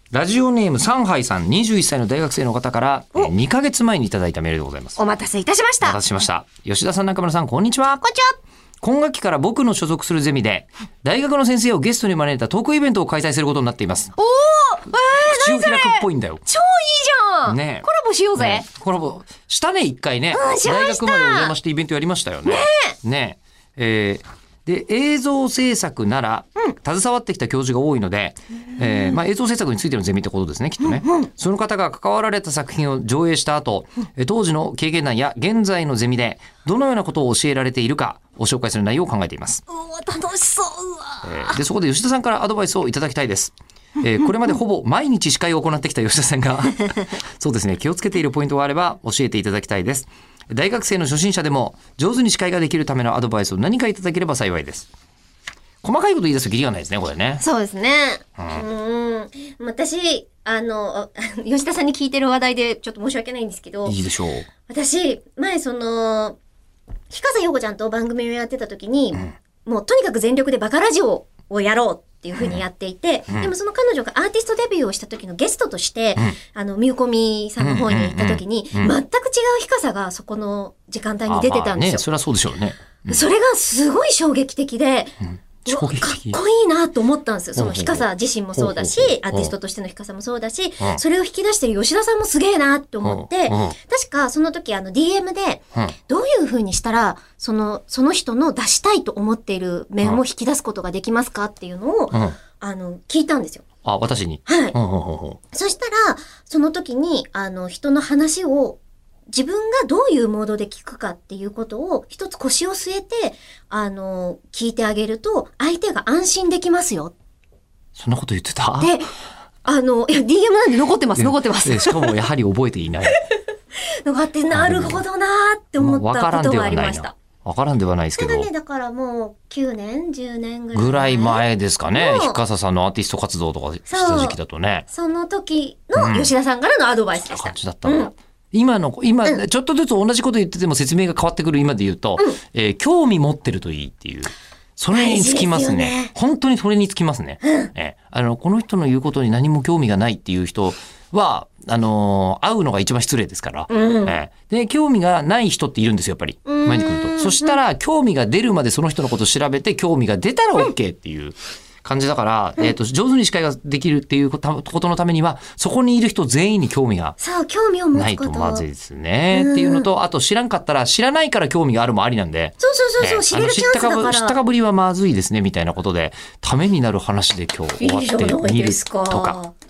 ラジオネーム上海さん、21歳の大学生の方から2ヶ月前にいただいたメールでございます。 お待たせいたしました。 お待たせしました。吉田さん、中村さん、こんにちは。 こんにちは。 今学期から僕の所属するゼミで大学の先生をゲストに招いたトークイベントを開催することになっています。 おー、 口を開くっぽいんだよ。 超いいじゃん、 ね、 コラボしようぜ、 ね、コラボしたね、一回ね、 しました。 大学までお邪魔してイベントやりましたよね。ねえ、で映像制作なら、携わってきた教授が多いので、映像制作についてのゼミってことですね、きっとね、その方が関わられた作品を上映した後、当時の経験談や現在のゼミでどのようなことを教えられているかを紹介する内容を考えています。 楽しそう。 でそこで吉田さんからアドバイスをいただきたいです。これまでほぼ毎日司会を行ってきた吉田さんがそうですね、気をつけているポイントがあれば教えていただきたいです。大学生の初心者でも上手に司会ができるためのアドバイスを何かいただければ幸いです。細かいこと言い出すとキリがないですね、これね。 そうですね。私吉田さんに聞いてる話題でちょっと申し訳ないんですけど、 いいでしょう。 私前日笠陽子ちゃんと番組をやってた時に、もうとにかく全力でバカラジオをやろうっていう風にやっていて、でもその彼女がアーティストデビューをした時のゲストとして、みゆこみさんの方に行った時に、全く違う日笠がそこの時間帯に出てたんですよ。 それはそうでしょうね。 それがすごい衝撃的で、かっこいいなと思ったんですよ。その日笠自身もそうだし、アーティストとしての日笠もそうだし、それを引き出してる吉田さんもすげえなって思って、確かその時DM で、どういう風にしたら、その人の出したいと思っている面を引き出すことができますかっていうのを、聞いたんですよ。 あ、私に。 はい。そしたら、その時に、人の話を、自分がどういうモードで聞くかっていうことを一つ腰を据えて、聞いてあげると相手が安心できますよ。 そんなこと言ってた？ で、DM なんで残ってます。 しかもやはり覚えていない。 残って、なるほどなーって思ったことがありました。 わからんではないですけど。 ただね、だからもう9年、10年ぐらい前ですかね。日笠さんのアーティスト活動とかした時期だとね。 その時の吉田さんからのアドバイスでした。 そんな感じだったんだ。今、ちょっとずつ同じこと言ってても説明が変わってくる今で言うと、興味持ってるといいっていう。それにつきますね。本当にそれにつきますね。この人の言うことに何も興味がないっていう人は、会うのが一番失礼ですから。で、興味がない人っているんですよ、やっぱり。前に来ると。そしたら、興味が出るまでその人のことを調べて、興味が出たら OK っていう。感じだから、上手に司会ができるっていうことのためには、そこにいる人全員に興味がないとまずいですね。っていうのと、あと知らんかったら知らないから興味があるもありなんで。 そう、知れるチャンスだから。 知ったかぶりはまずいですね、みたいなことで、ためになる話で今日終わってみるとか。